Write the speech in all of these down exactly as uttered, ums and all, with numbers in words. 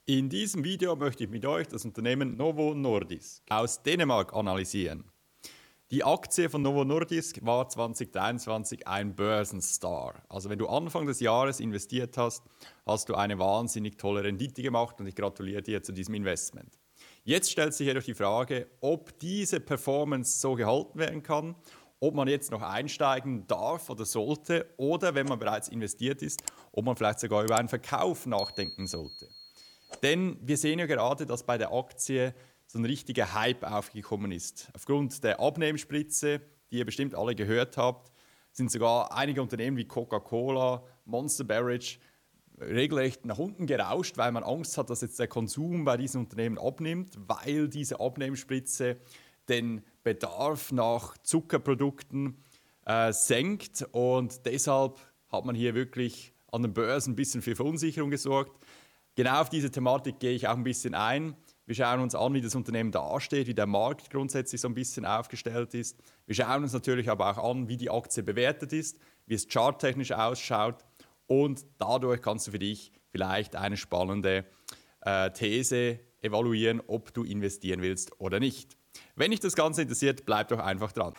In diesem Video möchte ich mit euch das Unternehmen Novo Nordisk aus Dänemark analysieren. Die Aktie von Novo Nordisk war zwanzig dreiundzwanzig ein Börsenstar. Also wenn du Anfang des Jahres investiert hast, hast du eine wahnsinnig tolle Rendite gemacht und ich gratuliere dir zu diesem Investment. Jetzt stellt sich jedoch die Frage, ob diese Performance so gehalten werden kann, ob man jetzt noch einsteigen darf oder sollte oder wenn man bereits investiert ist, ob man vielleicht sogar über einen Verkauf nachdenken sollte. Denn wir sehen ja gerade, dass bei der Aktie so ein richtiger Hype aufgekommen ist. Aufgrund der Abnehmspritze, die ihr bestimmt alle gehört habt, sind sogar einige Unternehmen wie Coca-Cola, Monster Beverage regelrecht nach unten gerauscht, weil man Angst hat, dass jetzt der Konsum bei diesen Unternehmen abnimmt, weil diese Abnehmspritze den Bedarf nach Zuckerprodukten äh, senkt. Und deshalb hat man hier wirklich an den Börsen ein bisschen für Verunsicherung gesorgt. Genau auf diese Thematik gehe ich auch ein bisschen ein. Wir schauen uns an, wie das Unternehmen dasteht, wie der Markt grundsätzlich so ein bisschen aufgestellt ist. Wir schauen uns natürlich aber auch an, wie die Aktie bewertet ist, wie es charttechnisch ausschaut. Und dadurch kannst du für dich vielleicht eine spannende äh, These evaluieren, ob du investieren willst oder nicht. Wenn dich das Ganze interessiert, bleib doch einfach dran.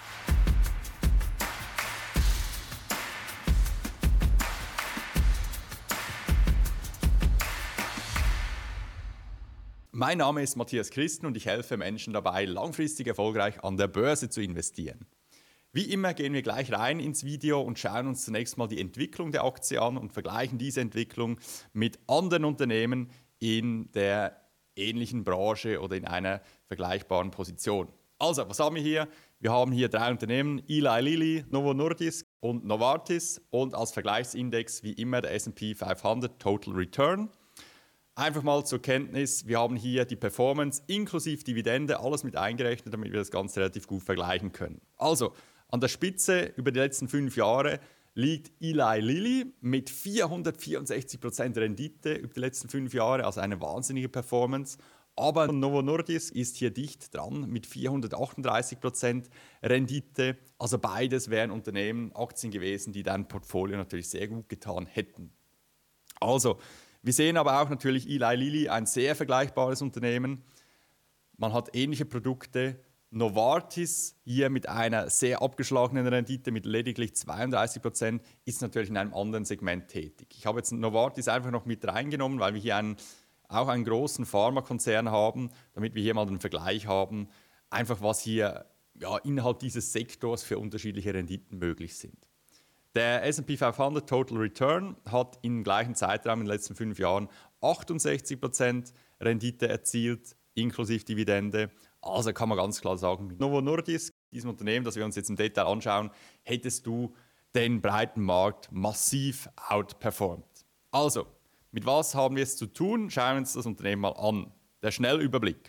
Mein Name ist Matthias Christen und ich helfe Menschen dabei, langfristig erfolgreich an der Börse zu investieren. Wie immer gehen wir gleich rein ins Video und schauen uns zunächst mal die Entwicklung der Aktie an und vergleichen diese Entwicklung mit anderen Unternehmen in der ähnlichen Branche oder in einer vergleichbaren Position. Also, was haben wir hier? Wir haben hier drei Unternehmen, Eli Lilly, Novo Nordisk und Novartis und als Vergleichsindex wie immer der S and P fünfhundert Total Return. Einfach mal zur Kenntnis, wir haben hier die Performance inklusive Dividende, alles mit eingerechnet, damit wir das Ganze relativ gut vergleichen können. Also, an der Spitze über die letzten fünf Jahre liegt Eli Lilly mit vierhundertvierundsechzig Prozent Rendite über die letzten fünf Jahre, also eine wahnsinnige Performance. Aber Novo Nordisk ist hier dicht dran mit vierhundertachtunddreißig Prozent Rendite. Also beides wären Unternehmen, Aktien gewesen, die dein Portfolio natürlich sehr gut getan hätten. Also, wir sehen aber auch natürlich Eli Lilly, ein sehr vergleichbares Unternehmen. Man hat ähnliche Produkte. Novartis hier mit einer sehr abgeschlagenen Rendite mit lediglich zweiunddreißig Prozent ist natürlich in einem anderen Segment tätig. Ich habe jetzt Novartis einfach noch mit reingenommen, weil wir hier einen, auch einen großen Pharmakonzern haben, damit wir hier mal den Vergleich haben, einfach was hier ja, innerhalb dieses Sektors für unterschiedliche Renditen möglich sind. Der S and P fünfhundert Total Return hat im gleichen Zeitraum in den letzten fünf Jahren achtundsechzig Prozent Rendite erzielt, inklusive Dividende. Also kann man ganz klar sagen, mit Novo Nordisk, diesem Unternehmen, das wir uns jetzt im Detail anschauen, hättest du den breiten Markt massiv outperformt. Also, mit was haben wir es zu tun? Schauen wir uns das Unternehmen mal an. Der Schnellüberblick.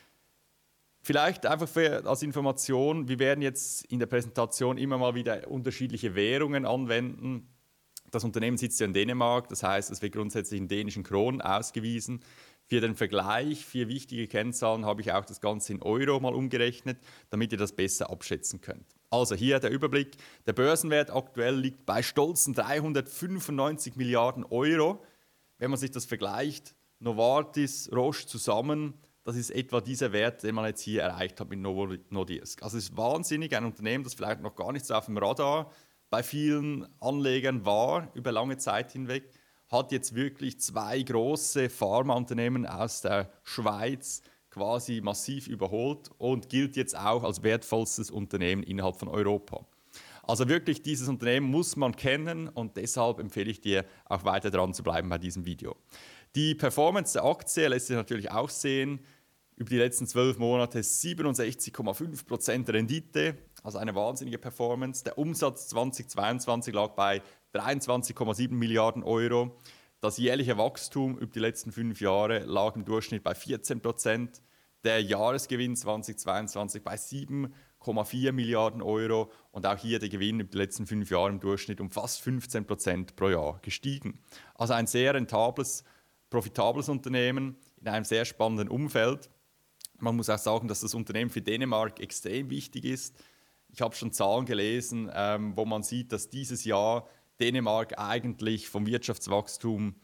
Vielleicht einfach für, als Information, wir werden jetzt in der Präsentation immer mal wieder unterschiedliche Währungen anwenden. Das Unternehmen sitzt ja in Dänemark, das heißt, es wird grundsätzlich in dänischen Kronen ausgewiesen. Für den Vergleich, für wichtige Kennzahlen, habe ich auch das Ganze in Euro mal umgerechnet, damit ihr das besser abschätzen könnt. Also hier der Überblick. Der Börsenwert aktuell liegt bei stolzen dreihundertfünfundneunzig Milliarden Euro. Wenn man sich das vergleicht, Novartis, Roche zusammen, das ist etwa dieser Wert, den man jetzt hier erreicht hat mit Novo Nordisk. Also es ist wahnsinnig, ein Unternehmen, das vielleicht noch gar nicht so auf dem Radar bei vielen Anlegern war, über lange Zeit hinweg, hat jetzt wirklich zwei große Pharmaunternehmen aus der Schweiz quasi massiv überholt und gilt jetzt auch als wertvollstes Unternehmen innerhalb von Europa. Also wirklich, dieses Unternehmen muss man kennen und deshalb empfehle ich dir, auch weiter dran zu bleiben bei diesem Video. Die Performance der Aktie lässt sich natürlich auch sehen. Über die letzten zwölf Monate siebenundsechzig Komma fünf Prozent Rendite, also eine wahnsinnige Performance. Der Umsatz zweitausendzweiundzwanzig lag bei dreiundzwanzig Komma sieben Milliarden Euro. Das jährliche Wachstum über die letzten fünf Jahre lag im Durchschnitt bei vierzehn Prozent. Der Jahresgewinn zweitausendzweiundzwanzig bei sieben Komma vier Milliarden Euro und auch hier der Gewinn über die letzten fünf Jahre im Durchschnitt um fast fünfzehn Prozent pro Jahr gestiegen. Also ein sehr rentables, profitables Unternehmen in einem sehr spannenden Umfeld. Man muss auch sagen, dass das Unternehmen für Dänemark extrem wichtig ist. Ich habe schon Zahlen gelesen, ähm, wo man sieht, dass dieses Jahr Dänemark eigentlich vom Wirtschaftswachstum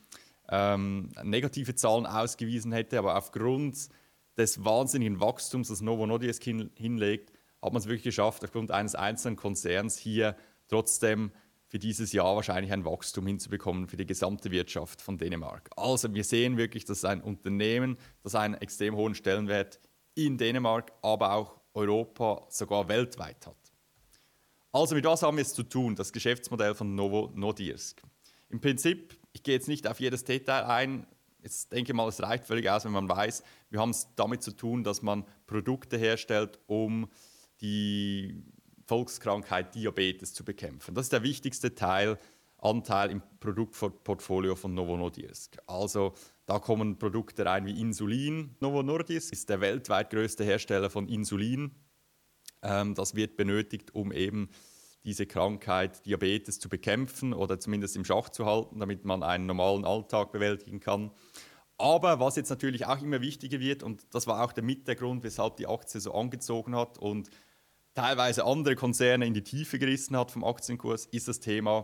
ähm, negative Zahlen ausgewiesen hätte, aber aufgrund des wahnsinnigen Wachstums, das Novo Nordisk hin, hinlegt, hat man es wirklich geschafft, aufgrund eines einzelnen Konzerns hier trotzdem für dieses Jahr wahrscheinlich ein Wachstum hinzubekommen für die gesamte Wirtschaft von Dänemark. Also wir sehen wirklich, dass ein Unternehmen, das einen extrem hohen Stellenwert in Dänemark, aber auch Europa, sogar weltweit hat. Also mit was haben wir es zu tun, das Geschäftsmodell von Novo Nordisk? Im Prinzip, ich gehe jetzt nicht auf jedes Detail ein, ich denke mal, es reicht völlig aus, wenn man weiß, wir haben es damit zu tun, dass man Produkte herstellt, um die Volkskrankheit Diabetes zu bekämpfen. Das ist der wichtigste Teil, Anteil im Produktportfolio von Novo Nordisk. Also da kommen Produkte rein wie Insulin. Novo Nordisk ist der weltweit größte Hersteller von Insulin. Ähm, das wird benötigt, um eben diese Krankheit Diabetes zu bekämpfen oder zumindest im Schach zu halten, damit man einen normalen Alltag bewältigen kann. Aber was jetzt natürlich auch immer wichtiger wird, und das war auch der mit der Grund, weshalb die Aktie so angezogen hat und teilweise andere Konzerne in die Tiefe gerissen hat vom Aktienkurs, ist das Thema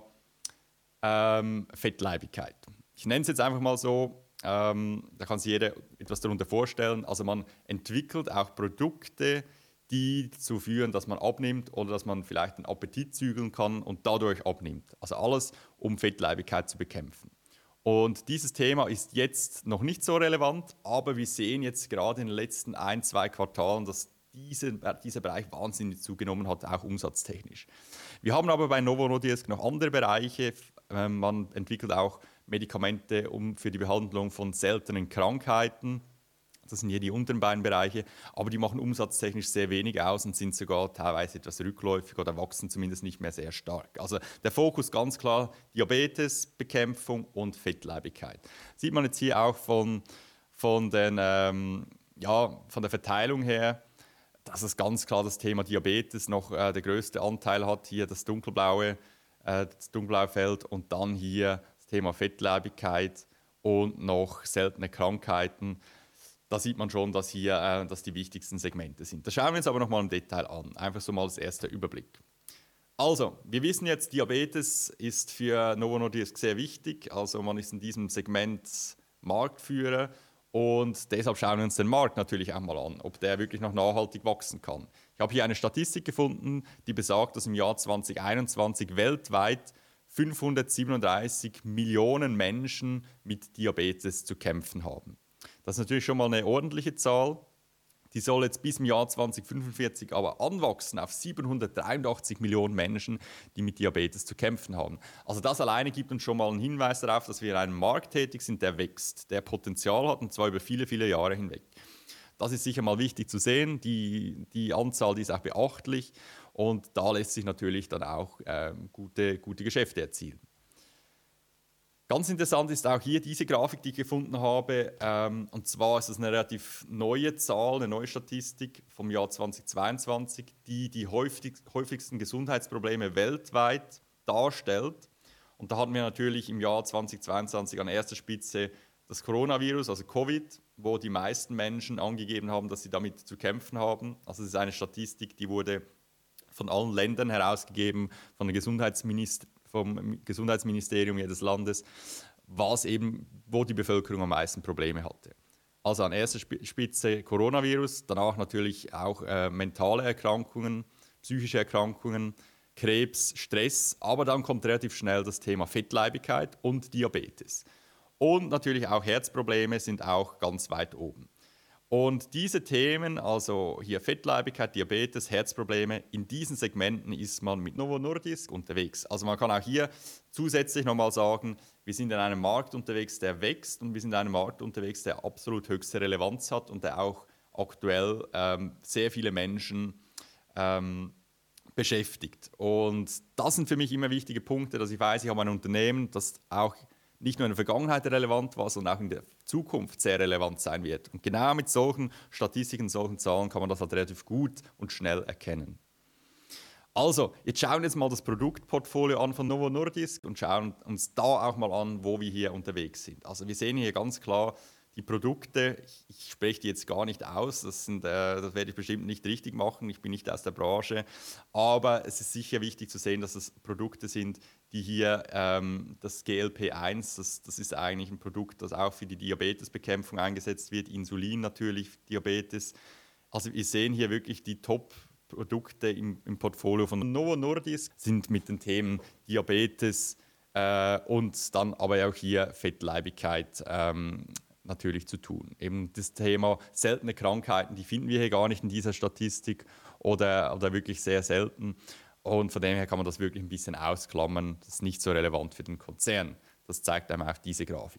ähm, Fettleibigkeit. Ich nenne es jetzt einfach mal so, ähm, da kann sich jeder etwas darunter vorstellen. Also man entwickelt auch Produkte, die dazu führen, dass man abnimmt oder dass man vielleicht den Appetit zügeln kann und dadurch abnimmt. Also alles, um Fettleibigkeit zu bekämpfen. Und dieses Thema ist jetzt noch nicht so relevant, aber wir sehen jetzt gerade in den letzten ein, zwei Quartalen, dass diese, dieser Bereich wahnsinnig zugenommen hat, auch umsatztechnisch. Wir haben aber bei Novo Nordisk noch andere Bereiche. Man entwickelt auch Medikamente um, für die Behandlung von seltenen Krankheiten. Das sind hier die unteren beiden Bereiche, aber die machen umsatztechnisch sehr wenig aus und sind sogar teilweise etwas rückläufig oder wachsen zumindest nicht mehr sehr stark. Also der Fokus ganz klar Diabetesbekämpfung und Fettleibigkeit. Sieht man jetzt hier auch von, von, den, ähm, ja, von der Verteilung her, dass es ganz klar das Thema Diabetes noch äh, der größte Anteil hat, hier das dunkelblaue, äh, das dunkelblaue Feld und dann hier das Thema Fettleibigkeit und noch seltene Krankheiten. Da sieht man schon, dass hier äh, dass die wichtigsten Segmente sind. Das schauen wir uns aber nochmal im Detail an. Einfach so mal als erster Überblick. Also, wir wissen jetzt, Diabetes ist für Novo Nordisk sehr wichtig. Also man ist in diesem Segment Marktführer und deshalb schauen wir uns den Markt natürlich auch mal an, ob der wirklich noch nachhaltig wachsen kann. Ich habe hier eine Statistik gefunden, die besagt, dass im Jahr zwanzig einundzwanzig weltweit fünfhundertsiebenunddreißig Millionen Menschen mit Diabetes zu kämpfen haben. Das ist natürlich schon mal eine ordentliche Zahl. Die soll jetzt bis zum Jahr zwanzig fünfundvierzig aber anwachsen auf siebenhundertdreiundachtzig Millionen Menschen, die mit Diabetes zu kämpfen haben. Also das alleine gibt uns schon mal einen Hinweis darauf, dass wir in einem Markt tätig sind, der wächst, der Potenzial hat und zwar über viele, viele Jahre hinweg. Das ist sicher mal wichtig zu sehen. Die, die Anzahl die ist auch beachtlich und da lässt sich natürlich dann auch ähm, gute, gute Geschäfte erzielen. Ganz interessant ist auch hier diese Grafik, die ich gefunden habe. Ähm, und zwar ist es eine relativ neue Zahl, eine neue Statistik vom Jahr zweitausendzweiundzwanzig, die die häufig, häufigsten Gesundheitsprobleme weltweit darstellt. Und da hatten wir natürlich im Jahr zweitausendzweiundzwanzig an erster Spitze das Coronavirus, also Covid, wo die meisten Menschen angegeben haben, dass sie damit zu kämpfen haben. Also es ist eine Statistik, die wurde von allen Ländern herausgegeben, von der Gesundheitsminister vom Gesundheitsministerium jedes Landes, was eben, wo die Bevölkerung am meisten Probleme hatte. Also an erster Spitze Coronavirus, danach natürlich auch äh, mentale Erkrankungen, psychische Erkrankungen, Krebs, Stress, aber dann kommt relativ schnell das Thema Fettleibigkeit und Diabetes. Und natürlich auch Herzprobleme sind auch ganz weit oben. Und diese Themen, also hier Fettleibigkeit, Diabetes, Herzprobleme, in diesen Segmenten ist man mit Novo Nordisk unterwegs. Also man kann auch hier zusätzlich nochmal sagen, wir sind in einem Markt unterwegs, der wächst und wir sind in einem Markt unterwegs, der absolut höchste Relevanz hat und der auch aktuell ähm, sehr viele Menschen ähm, beschäftigt. Und das sind für mich immer wichtige Punkte, dass ich weiß, ich habe ein Unternehmen, das auch nicht nur in der Vergangenheit relevant war, sondern auch in der Zukunft sehr relevant sein wird. Und genau mit solchen Statistiken, solchen Zahlen kann man das halt relativ gut und schnell erkennen. Also, jetzt schauen wir uns mal das Produktportfolio an von Novo Nordisk und schauen uns da auch mal an, wo wir hier unterwegs sind. Also wir sehen hier ganz klar die Produkte, ich, ich spreche die jetzt gar nicht aus, das, sind, äh, das werde ich bestimmt nicht richtig machen, ich bin nicht aus der Branche, aber es ist sicher wichtig zu sehen, dass es Produkte sind, die hier, ähm, das G L P eins, das, das ist eigentlich ein Produkt, das auch für die Diabetesbekämpfung eingesetzt wird, Insulin natürlich, Diabetes. Also wir sehen hier wirklich die Top-Produkte im, im Portfolio von Novo Nordisk, sind mit den Themen Diabetes äh, und dann aber auch hier Fettleibigkeit ähm, natürlich zu tun. Eben das Thema seltene Krankheiten, die finden wir hier gar nicht in dieser Statistik oder, oder wirklich sehr selten. Und von dem her kann man das wirklich ein bisschen ausklammern. Das ist nicht so relevant für den Konzern. Das zeigt einem auch diese Grafik.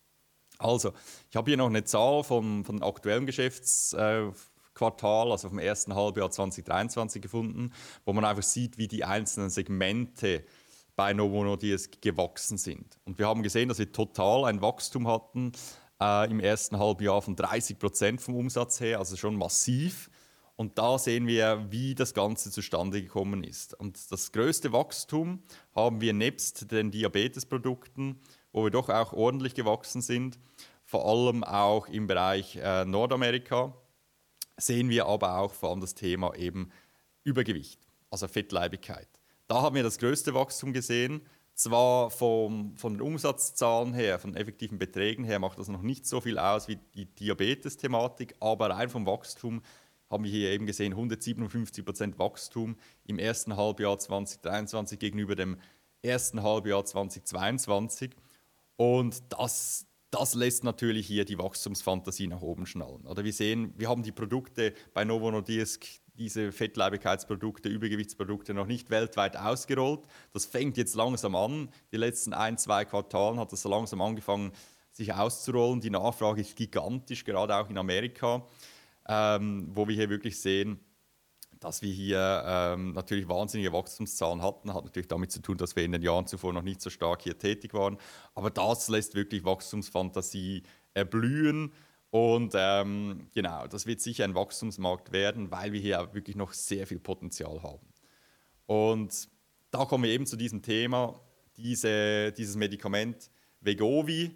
Also, ich habe hier noch eine Zahl vom, vom aktuellen Geschäftsquartal, also vom ersten Halbjahr zwanzig dreiundzwanzig gefunden, wo man einfach sieht, wie die einzelnen Segmente bei Novo Nordisk gewachsen sind. Und wir haben gesehen, dass wir total ein Wachstum hatten äh, im ersten Halbjahr von dreißig Prozent vom Umsatz her, also schon massiv. Und da sehen wir, wie das Ganze zustande gekommen ist. Und das größte Wachstum haben wir nebst den Diabetesprodukten, wo wir doch auch ordentlich gewachsen sind, vor allem auch im Bereich äh, Nordamerika, sehen wir aber auch vor allem das Thema eben Übergewicht, also Fettleibigkeit. Da haben wir das größte Wachstum gesehen. Zwar vom, von den Umsatzzahlen her, von effektiven Beträgen her macht das noch nicht so viel aus wie die Diabetes-Thematik, aber rein vom Wachstum haben wir hier eben gesehen, hundertsiebenundfünfzig Prozent Wachstum im ersten Halbjahr zwanzig dreiundzwanzig gegenüber dem ersten Halbjahr zwanzig zweiundzwanzig. Und das, das lässt natürlich hier die Wachstumsfantasie nach oben schnallen. Oder wir sehen, wir haben die Produkte bei Novo Nordisk, diese Fettleibigkeitsprodukte, Übergewichtsprodukte noch nicht weltweit ausgerollt. Das fängt jetzt langsam an. Die letzten ein, zwei Quartalen hat das so langsam angefangen, sich auszurollen. Die Nachfrage ist gigantisch, gerade auch in Amerika. Ähm, wo wir hier wirklich sehen, dass wir hier ähm, natürlich wahnsinnige Wachstumszahlen hatten. Hat natürlich damit zu tun, dass wir in den Jahren zuvor noch nicht so stark hier tätig waren. Aber das lässt wirklich Wachstumsfantasie erblühen. Und ähm, genau, das wird sicher ein Wachstumsmarkt werden, weil wir hier auch wirklich noch sehr viel Potenzial haben. Und da kommen wir eben zu diesem Thema, diese, dieses Medikament Wegovy.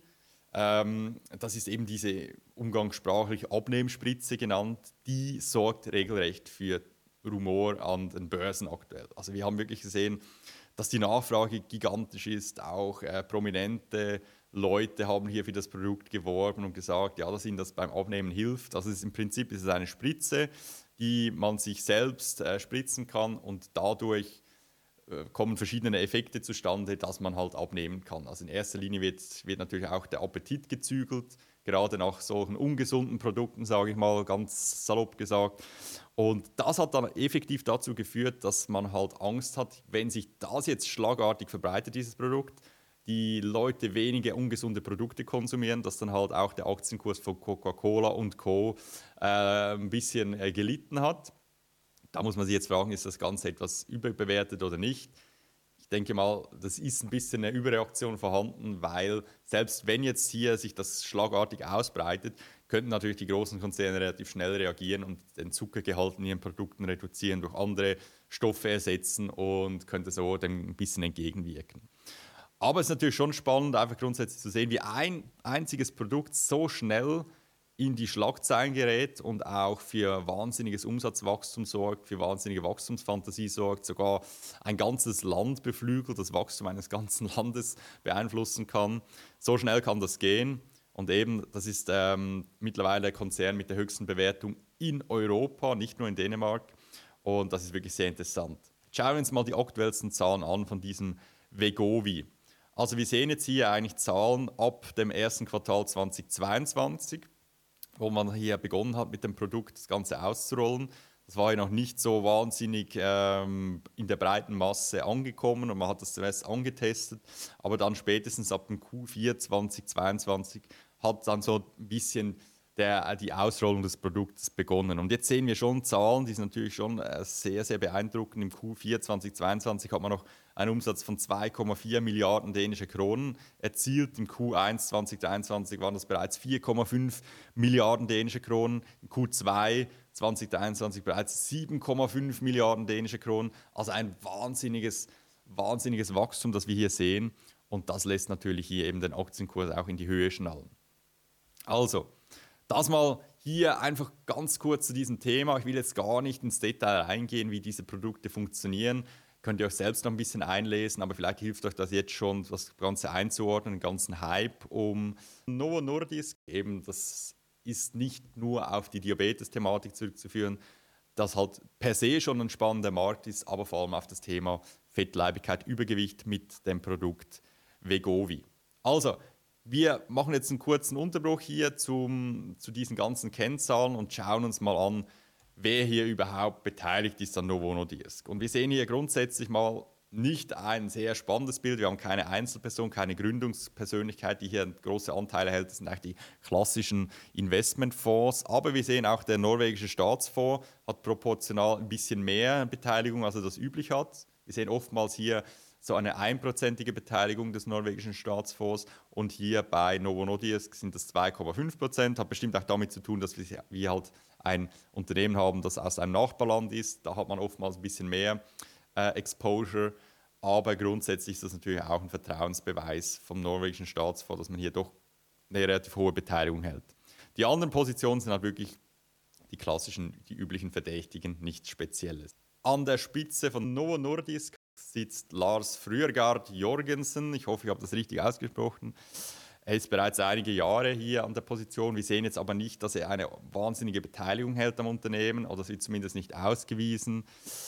Ähm, das ist eben diese umgangssprachliche Abnehmspritze genannt, die sorgt regelrecht für Rumor an den Börsen aktuell. Also wir haben wirklich gesehen, dass die Nachfrage gigantisch ist. Auch äh, prominente Leute haben hier für das Produkt geworben und gesagt, ja, dass ihnen das beim Abnehmen hilft. Also es ist, im Prinzip ist es eine Spritze, die man sich selbst äh, spritzen kann und dadurch kommen verschiedene Effekte zustande, dass man halt abnehmen kann. Also in erster Linie wird, wird natürlich auch der Appetit gezügelt, gerade nach solchen ungesunden Produkten, sage ich mal, ganz salopp gesagt. Und das hat dann effektiv dazu geführt, dass man halt Angst hat, wenn sich das jetzt schlagartig verbreitet, dieses Produkt, die Leute weniger ungesunde Produkte konsumieren, dass dann halt auch der Aktienkurs von Coca-Cola und Co. Äh, ein bisschen äh, gelitten hat. Da muss man sich jetzt fragen, ist das Ganze etwas überbewertet oder nicht? Ich denke mal, das ist ein bisschen eine Überreaktion vorhanden, weil selbst wenn jetzt hier sich das schlagartig ausbreitet, könnten natürlich die großen Konzerne relativ schnell reagieren und den Zuckergehalt in ihren Produkten reduzieren, durch andere Stoffe ersetzen und könnte so dem ein bisschen entgegenwirken. Aber es ist natürlich schon spannend, einfach grundsätzlich zu sehen, wie ein einziges Produkt so schnell in die Schlagzeilen gerät und auch für wahnsinniges Umsatzwachstum sorgt, für wahnsinnige Wachstumsfantasie sorgt, sogar ein ganzes Land beflügelt, das Wachstum eines ganzen Landes beeinflussen kann. So schnell kann das gehen. Und eben, das ist ähm, mittlerweile der Konzern mit der höchsten Bewertung in Europa, nicht nur in Dänemark. Und das ist wirklich sehr interessant. Schauen wir uns mal die aktuellsten Zahlen an von diesem Wegovy. Also wir sehen jetzt hier eigentlich Zahlen ab dem ersten Quartal zwanzig zweiundzwanzig. Wo man hier begonnen hat, mit dem Produkt das Ganze auszurollen. Das war ja noch nicht so wahnsinnig ähm, in der breiten Masse angekommen und man hat das zuerst angetestet, aber dann spätestens ab dem Q vier zwanzig zweiundzwanzig hat dann so ein bisschen der, die Ausrollung des Produkts begonnen. Und jetzt sehen wir schon Zahlen, die sind natürlich schon äh, sehr, sehr beeindruckend. Im Q vier zwanzig zweiundzwanzig hat man noch einen Umsatz von zwei Komma vier Milliarden dänische Kronen erzielt. Im Q eins zwanzig dreiundzwanzig waren das bereits vier Komma fünf Milliarden dänische Kronen. Im Q zwei zwanzig dreiundzwanzig bereits sieben Komma fünf Milliarden dänische Kronen. Also ein wahnsinniges, wahnsinniges Wachstum, das wir hier sehen. Und das lässt natürlich hier eben den Aktienkurs auch in die Höhe schnallen. Also, das mal hier einfach ganz kurz zu diesem Thema. Ich will jetzt gar nicht ins Detail reingehen, wie diese Produkte funktionieren. Könnt ihr euch selbst noch ein bisschen einlesen, aber vielleicht hilft euch das jetzt schon, das Ganze einzuordnen, den ganzen Hype um Novo Nordisk. Eben, das ist nicht nur auf die Diabetes-Thematik zurückzuführen, das halt per se schon ein spannender Markt ist, aber vor allem auf das Thema Fettleibigkeit, Übergewicht mit dem Produkt Wegovy. Also, wir machen jetzt einen kurzen Unterbruch hier zum, zu diesen ganzen Kennzahlen und schauen uns mal an, wer hier überhaupt beteiligt ist an Novo Nordisk. Und wir sehen hier grundsätzlich mal nicht ein sehr spannendes Bild. Wir haben keine Einzelperson, keine Gründungspersönlichkeit, die hier große Anteile hält. Das sind eigentlich die klassischen Investmentfonds. Aber wir sehen auch, der norwegische Staatsfonds hat proportional ein bisschen mehr Beteiligung, als er das üblich hat. Wir sehen oftmals hier so eine einprozentige Beteiligung des norwegischen Staatsfonds und hier bei Novo Nordisk sind das zwei Komma fünf Prozent. Hat bestimmt auch damit zu tun, dass wir, wir halt ein Unternehmen haben, das aus einem Nachbarland ist. Da hat man oftmals ein bisschen mehr äh, Exposure, aber grundsätzlich ist das natürlich auch ein Vertrauensbeweis vom norwegischen Staatsfonds, dass man hier doch eine relativ hohe Beteiligung hält. Die anderen Positionen sind halt wirklich die klassischen, die üblichen Verdächtigen, nichts Spezielles. An der Spitze von Novo Nordisk sitzt Lars Fruergaard Jorgensen. Ich hoffe, ich habe das richtig ausgesprochen. Er ist bereits einige Jahre hier an der Position. Wir sehen jetzt aber nicht, dass er eine wahnsinnige Beteiligung hält am Unternehmen, oder das wird zumindest nicht ausgewiesen.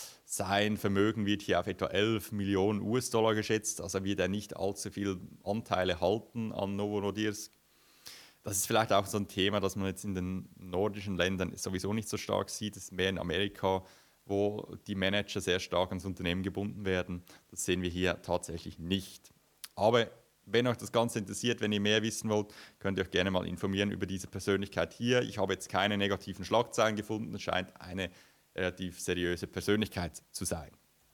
Sein Vermögen wird hier auf etwa elf Millionen U S-Dollar geschätzt, also wird er nicht allzu viele Anteile halten an Novo Nordisk. Das ist vielleicht auch so ein Thema, das man jetzt in den nordischen Ländern sowieso nicht so stark sieht. Es ist mehr in Amerika, wo die Manager sehr stark ans Unternehmen gebunden werden. Das sehen wir hier tatsächlich nicht. Aber wenn euch das Ganze interessiert, wenn ihr mehr wissen wollt, könnt ihr euch gerne mal informieren über diese Persönlichkeit hier. Ich habe jetzt keine negativen Schlagzeilen gefunden. Es scheint eine relativ seriöse Persönlichkeit zu sein.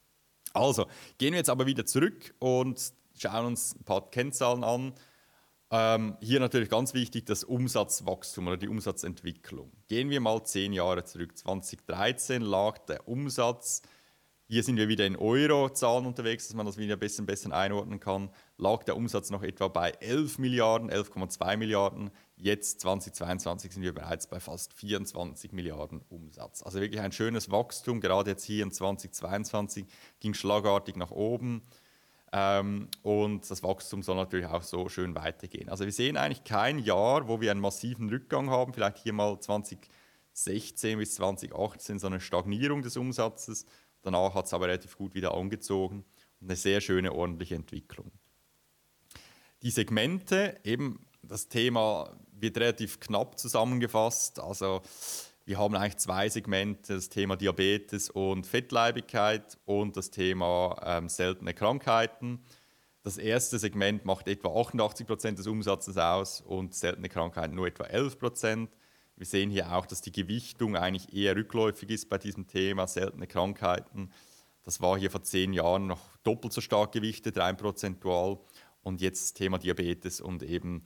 Also, gehen wir jetzt aber wieder zurück und schauen uns ein paar Kennzahlen an. Ähm, hier natürlich ganz wichtig das Umsatzwachstum oder die Umsatzentwicklung. Gehen wir mal zehn Jahre zurück. zwanzig dreizehn lag der Umsatz, hier sind wir wieder in Eurozahlen unterwegs, dass man das wieder ein bisschen besser einordnen kann, lag der Umsatz noch etwa bei elf Milliarden, elf Komma zwei Milliarden. Jetzt zweitausendzweiundzwanzig sind wir bereits bei fast vierundzwanzig Milliarden Umsatz. Also wirklich ein schönes Wachstum, gerade jetzt hier in zweitausendzweiundzwanzig ging schlagartig nach oben. Ähm, und das Wachstum soll natürlich auch so schön weitergehen. Also wir sehen eigentlich kein Jahr, wo wir einen massiven Rückgang haben, vielleicht hier mal zweitausendsechzehn bis zweitausendachtzehn so eine Stagnierung des Umsatzes. Danach hat es aber relativ gut wieder angezogen und eine sehr schöne, ordentliche Entwicklung. Die Segmente, eben das Thema wird relativ knapp zusammengefasst. Also wir haben eigentlich zwei Segmente, das Thema Diabetes und Fettleibigkeit und das Thema ähm, seltene Krankheiten. Das erste Segment macht etwa achtundachtzig Prozent des Umsatzes aus und seltene Krankheiten nur etwa elf Prozent. Wir sehen hier auch, dass die Gewichtung eigentlich eher rückläufig ist bei diesem Thema seltene Krankheiten. Das war hier vor zehn Jahren noch doppelt so stark gewichtet, rein prozentual. Und jetzt das Thema Diabetes und eben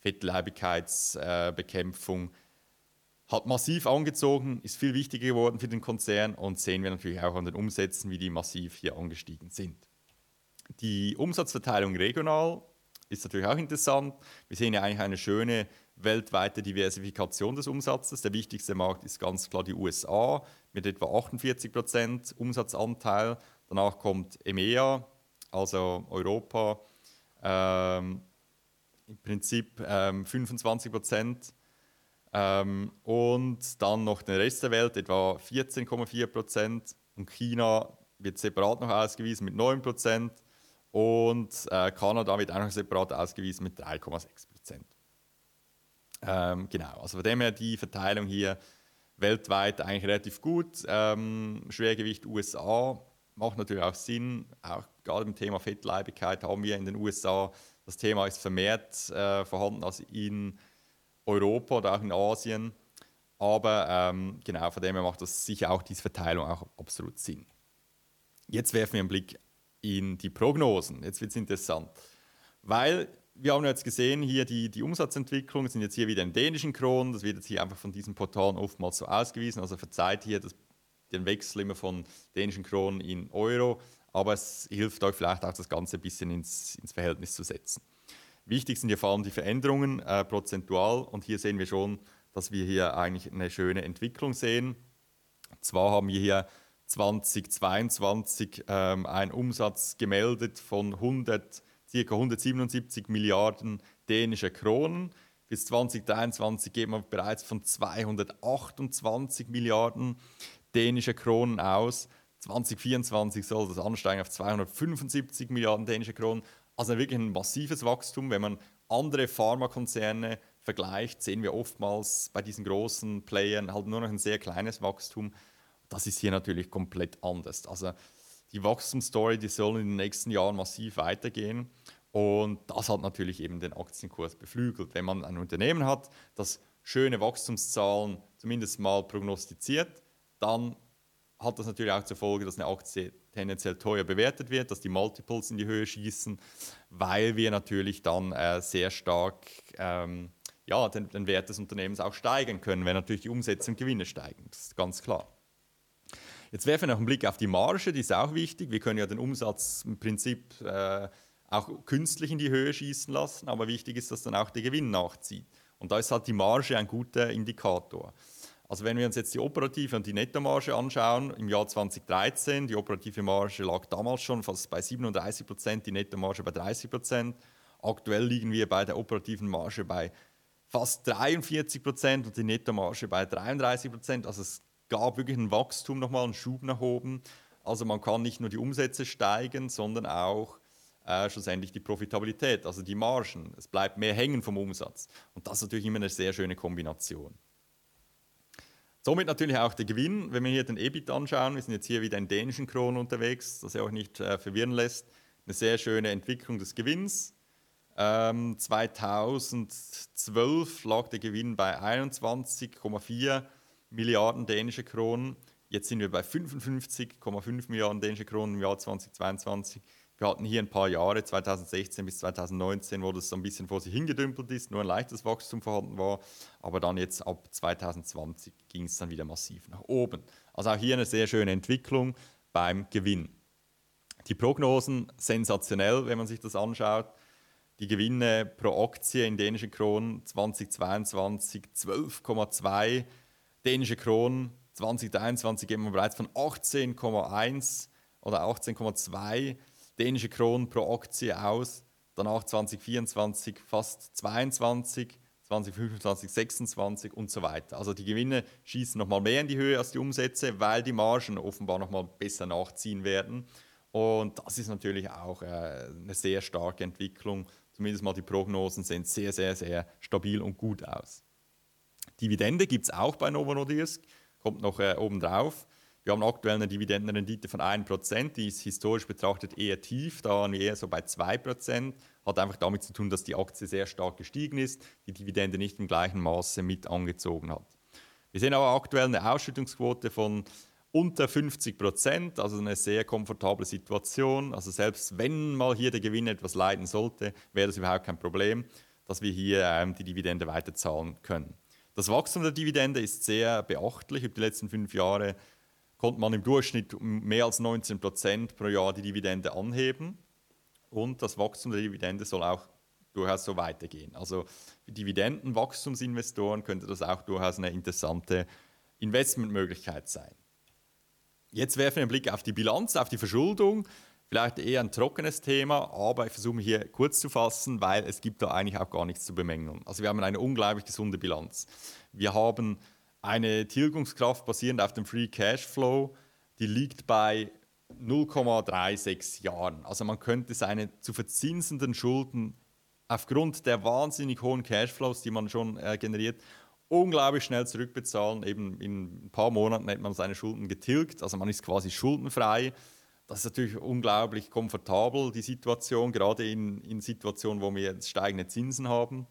Fettleibigkeitsbekämpfung äh, hat massiv angezogen, ist viel wichtiger geworden für den Konzern und sehen wir natürlich auch an den Umsätzen, wie die massiv hier angestiegen sind. Die Umsatzverteilung regional ist natürlich auch interessant. Wir sehen ja eigentlich eine schöne weltweite Diversifikation des Umsatzes. Der wichtigste Markt ist ganz klar die U S A mit etwa achtundvierzig Prozent Umsatzanteil. Danach kommt E M E A, also Europa, ähm, im Prinzip ähm, fünfundzwanzig Prozent. Ähm, und dann noch den Rest der Welt, etwa vierzehn Komma vier Prozent. Und China wird separat noch ausgewiesen mit neun Prozent. Und äh, Kanada wird auch noch separat ausgewiesen mit drei Komma sechs Prozent. Ähm, genau, also von dem her die Verteilung hier weltweit eigentlich relativ gut. Ähm, Schwergewicht U S A macht natürlich auch Sinn. Auch gerade im Thema Fettleibigkeit haben wir in den U S A, das Thema ist vermehrt äh, vorhanden als in Europa oder auch in Asien. Aber ähm, genau, von dem her macht das sicher auch diese Verteilung auch absolut Sinn. Jetzt werfen wir einen Blick in die Prognosen. Jetzt wird es interessant, weil wir haben jetzt gesehen, hier die, die Umsatzentwicklung sind jetzt hier wieder in dänischen Kronen. Das wird jetzt hier einfach von diesen Portalen oftmals so ausgewiesen. Also verzeiht hier das, den Wechsel immer von dänischen Kronen in Euro. Aber es hilft euch vielleicht auch, das Ganze ein bisschen ins, ins Verhältnis zu setzen. Wichtig sind hier vor allem die Veränderungen äh, prozentual und hier sehen wir schon, dass wir hier eigentlich eine schöne Entwicklung sehen. Zwar haben wir hier zweitausendzweiundzwanzig ähm, einen Umsatz gemeldet von hundert, ca. hundertsiebenundsiebzig Milliarden dänischer Kronen. Bis zweitausenddreiundzwanzig geht man bereits von zweihundertachtundzwanzig Milliarden dänischer Kronen aus. zweitausendvierundzwanzig soll das ansteigen auf zweihundertfünfundsiebzig Milliarden dänischer Kronen. Also wirklich ein massives Wachstum. Wenn man andere Pharmakonzerne vergleicht, sehen wir oftmals bei diesen großen Playern halt nur noch ein sehr kleines Wachstum. Das ist hier natürlich komplett anders. Also die Wachstumsstory, die soll in den nächsten Jahren massiv weitergehen. Und das hat natürlich eben den Aktienkurs beflügelt. Wenn man ein Unternehmen hat, das schöne Wachstumszahlen zumindest mal prognostiziert, dann hat das natürlich auch zur Folge, dass eine Aktie tendenziell teuer bewertet wird, dass die Multiples in die Höhe schießen, weil wir natürlich dann äh, sehr stark ähm, ja, den, den Wert des Unternehmens auch steigern können, wenn natürlich die Umsätze und Gewinne steigen. Das ist ganz klar. Jetzt werfen wir noch einen Blick auf die Marge, die ist auch wichtig. Wir können ja den Umsatz im Prinzip äh, auch künstlich in die Höhe schießen lassen, aber wichtig ist, dass dann auch der Gewinn nachzieht. Und da ist halt die Marge ein guter Indikator. Also wenn wir uns jetzt die operative und die Nettomarge anschauen, im Jahr zweitausenddreizehn, die operative Marge lag damals schon fast bei siebenunddreißig Prozent, die Nettomarge bei dreißig Prozent. Aktuell liegen wir bei der operativen Marge bei fast dreiundvierzig Prozent und die Nettomarge bei dreiunddreißig Prozent. Also es gab wirklich ein Wachstum nochmal, einen Schub nach oben. Also man kann nicht nur die Umsätze steigern, sondern auch äh, schlussendlich die Profitabilität, also die Margen. Es bleibt mehr hängen vom Umsatz. Und das ist natürlich immer eine sehr schöne Kombination. Somit natürlich auch der Gewinn. Wenn wir hier den E B I T anschauen, wir sind jetzt hier wieder in dänischen Kronen unterwegs, das ja auch nicht äh, verwirren lässt. Eine sehr schöne Entwicklung des Gewinns. Ähm, zweitausendzwölf lag der Gewinn bei einundzwanzig Komma vier Milliarden dänische Kronen. Jetzt sind wir bei fünfundfünfzig Komma fünf Milliarden dänische Kronen im Jahr zweitausendzweiundzwanzig. Wir hatten hier ein paar Jahre, zweitausendsechzehn bis zweitausendneunzehn, wo das so ein bisschen vor sich hingedümpelt ist, nur ein leichtes Wachstum vorhanden war. Aber dann jetzt ab zweitausendzwanzig ging es dann wieder massiv nach oben. Also auch hier eine sehr schöne Entwicklung beim Gewinn. Die Prognosen sensationell, wenn man sich das anschaut. Die Gewinne pro Aktie in dänischen Kronen zweitausendzweiundzwanzig zwölf Komma zwei dänische Kronen. zweitausenddreiundzwanzig gehen wir bereits von achtzehn Komma eins oder achtzehn Komma zwei dänische Kronen pro Aktie aus. Danach zweitausendvierundzwanzig fast zweiundzwanzig, zweitausendfünfundzwanzig sechsundzwanzig und so weiter. Also die Gewinne schießen nochmal mehr in die Höhe als die Umsätze, weil die Margen offenbar nochmal besser nachziehen werden. Und das ist natürlich auch äh, eine sehr starke Entwicklung. Zumindest mal die Prognosen sehen sehr, sehr, sehr stabil und gut aus. Dividende gibt es auch bei Novo Nordisk, kommt noch äh, oben drauf. Wir haben aktuell eine Dividendenrendite von ein Prozent, die ist historisch betrachtet eher tief, da waren wir eher so bei zwei Prozent. Hat einfach damit zu tun, dass die Aktie sehr stark gestiegen ist, die Dividende nicht im gleichen Maße mit angezogen hat. Wir sehen aber aktuell eine Ausschüttungsquote von unter fünfzig Prozent, also eine sehr komfortable Situation. Also selbst wenn mal hier der Gewinn etwas leiden sollte, wäre das überhaupt kein Problem, dass wir hier ähm, die Dividende weiterzahlen können. Das Wachstum der Dividende ist sehr beachtlich. Über die letzten fünf Jahre konnte man im Durchschnitt um mehr als neunzehn Prozent pro Jahr die Dividende anheben. Und das Wachstum der Dividende soll auch durchaus so weitergehen. Also für Dividendenwachstumsinvestoren könnte das auch durchaus eine interessante Investmentmöglichkeit sein. Jetzt werfen wir einen Blick auf die Bilanz, auf die Verschuldung. Vielleicht eher ein trockenes Thema, aber ich versuche mich hier kurz zu fassen, weil es gibt da eigentlich auch gar nichts zu bemängeln. Also wir haben eine unglaublich gesunde Bilanz. Wir haben eine Tilgungskraft basierend auf dem Free Cashflow, die liegt bei null Komma sechsunddreißig Jahren. Also man könnte seine zu verzinsenden Schulden aufgrund der wahnsinnig hohen Cashflows, die man schon äh, generiert, unglaublich schnell zurückbezahlen. Eben in ein paar Monaten hat man seine Schulden getilgt, also man ist quasi schuldenfrei. Das ist natürlich unglaublich komfortabel, die Situation, gerade in, in Situationen, wo wir jetzt steigende Zinsen haben.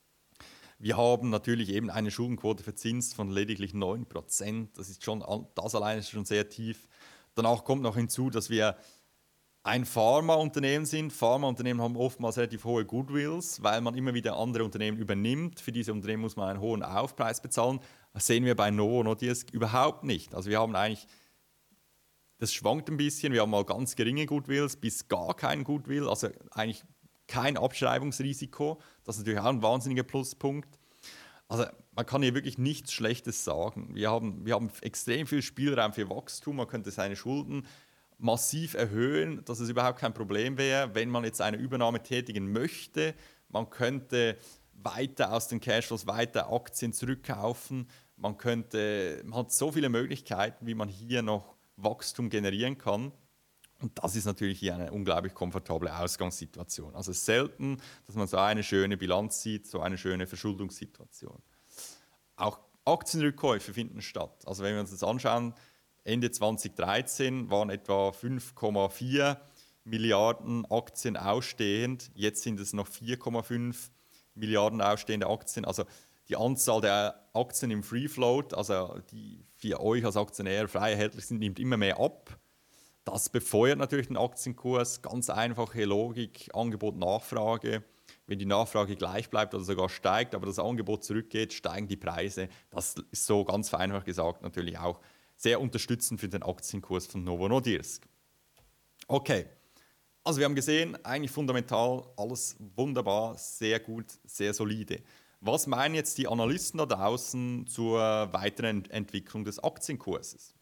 Wir haben natürlich eben eine Schuldenquote verzinst von lediglich neun Prozent. Das ist schon, das alleine ist schon sehr tief. Danach kommt noch hinzu, dass wir ein Pharmaunternehmen sind. Pharmaunternehmen haben oftmals relativ hohe Goodwills, weil man immer wieder andere Unternehmen übernimmt. Für diese Unternehmen muss man einen hohen Aufpreis bezahlen. Das sehen wir bei Novo Nordisk überhaupt nicht. Also wir haben eigentlich, das schwankt ein bisschen, wir haben mal ganz geringe Goodwills bis gar keinen Goodwill, also eigentlich kein Abschreibungsrisiko. Das ist natürlich auch ein wahnsinniger Pluspunkt. Also man kann hier wirklich nichts Schlechtes sagen. Wir haben, wir haben extrem viel Spielraum für Wachstum. Man könnte seine Schulden massiv erhöhen, dass es überhaupt kein Problem wäre, wenn man jetzt eine Übernahme tätigen möchte. Man könnte weiter aus den Cashflows weiter Aktien zurückkaufen. Man könnte, man hat so viele Möglichkeiten, wie man hier noch Wachstum generieren kann. Und das ist natürlich hier eine unglaublich komfortable Ausgangssituation. Also es ist selten, dass man so eine schöne Bilanz sieht, so eine schöne Verschuldungssituation. Auch Aktienrückkäufe finden statt. Also wenn wir uns das anschauen, Ende zweitausenddreizehn waren etwa fünf Komma vier Milliarden Aktien ausstehend. Jetzt sind es noch vier Komma fünf Milliarden ausstehende Aktien. Also die Anzahl der Aktien im Free Float, also die für euch als Aktionär frei erhältlich sind, nimmt immer mehr ab. Das befeuert natürlich den Aktienkurs. Ganz einfache Logik, Angebot, Nachfrage. Wenn die Nachfrage gleich bleibt oder sogar steigt, aber das Angebot zurückgeht, steigen die Preise. Das ist so ganz vereinfacht gesagt natürlich auch sehr unterstützend für den Aktienkurs von Novo Nordisk. Okay, also wir haben gesehen, eigentlich fundamental alles wunderbar, sehr gut, sehr solide. Was meinen jetzt die Analysten da draußen zur weiteren Entwicklung des Aktienkurses?